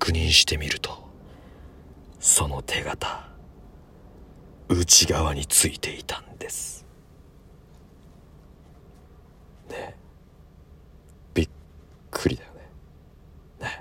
確認してみると、その手形、内側についていたんです。ねえ、びっくりだよね。ね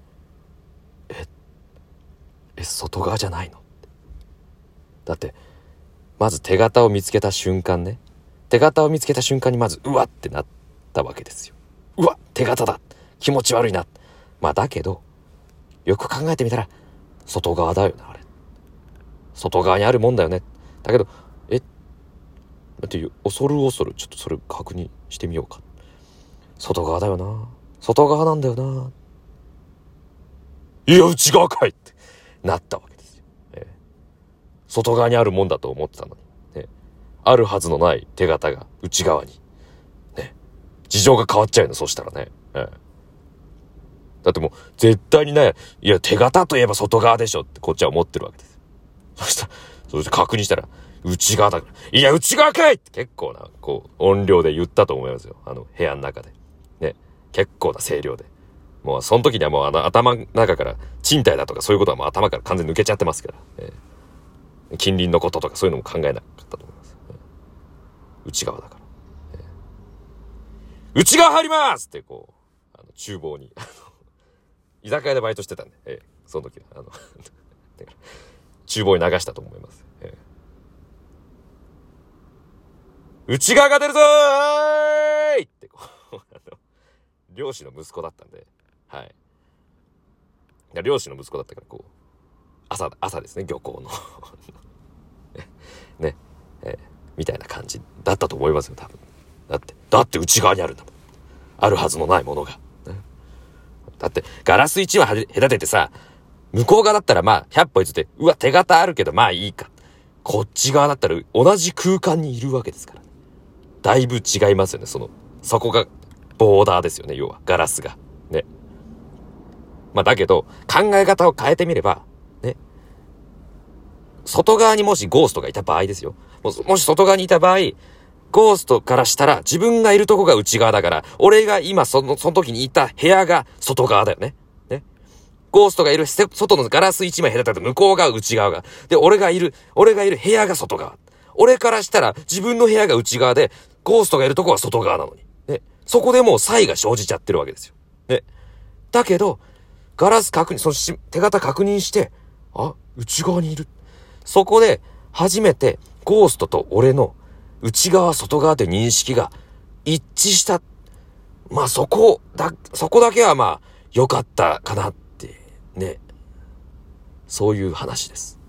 え、外側じゃないの？だってまず手形を見つけた瞬間ね、手形を見つけた瞬間にまずうわってなったわけですよ。うわ、手形だ、気持ち悪いな。まあだけどよく考えてみたら外側だよね、あれ。外側にあるもんだよね。だけどだって恐る恐るちょっとそれ確認してみようか。外側だよな、外側なんだよな。いや、内側かいってなったわけですよ。外側にあるもんだと思ってたのに、ね、あるはずのない手形が内側に、ね、事情が変わっちゃうよね、そしたらね。だってもう絶対にね、いや手形といえば外側でしょってこっちは思ってるわけです。そして確認したら内側だから、いや内側かいって結構なこう音量で言ったと思いますよ。部屋の中でね、結構な声量で。もうその時にはもう頭の中から賃貸だとかそういうことはもう頭から完全に抜けちゃってますから、近隣のこととかそういうのも考えなかったと思います。内側だから、内側入りますってこう厨房に居酒屋でバイトしてたんで、その時は厨房に流したと思います。内側が出るぞーいってこう漁師の息子だったんで、はい。漁師の息子だったからこう朝ですね、漁港のね、みたいな感じだったと思いますよ、多分。だって内側にあるんだもん。あるはずのないものが。ね、だってガラス一枚隔ててさ、向こう側だったらまあ100歩譲ってうわ手形あるけどまあいいか。こっち側だったら同じ空間にいるわけですから。だいぶ違いますよね。そこがボーダーですよね、要はガラスがね。まあだけど考え方を変えてみればね、外側にもしゴーストがいた場合ですよ。もし外側にいた場合、ゴーストからしたら自分がいるとこが内側だから、俺が今その時にいた部屋が外側だよね。ね。ゴーストがいる外のガラス一枚隔てて向こうが内側が。で、俺がいる部屋が外側。俺からしたら自分の部屋が内側で、ゴーストがいるとこは外側なのに。ね。そこでもう差異が生じちゃってるわけですよ。ね。だけど、ガラス確認、その手形確認して、内側にいる。そこで初めてゴーストと俺の内側外側という認識が一致した。まあそこだけはまあ良かったかなってね。そういう話です。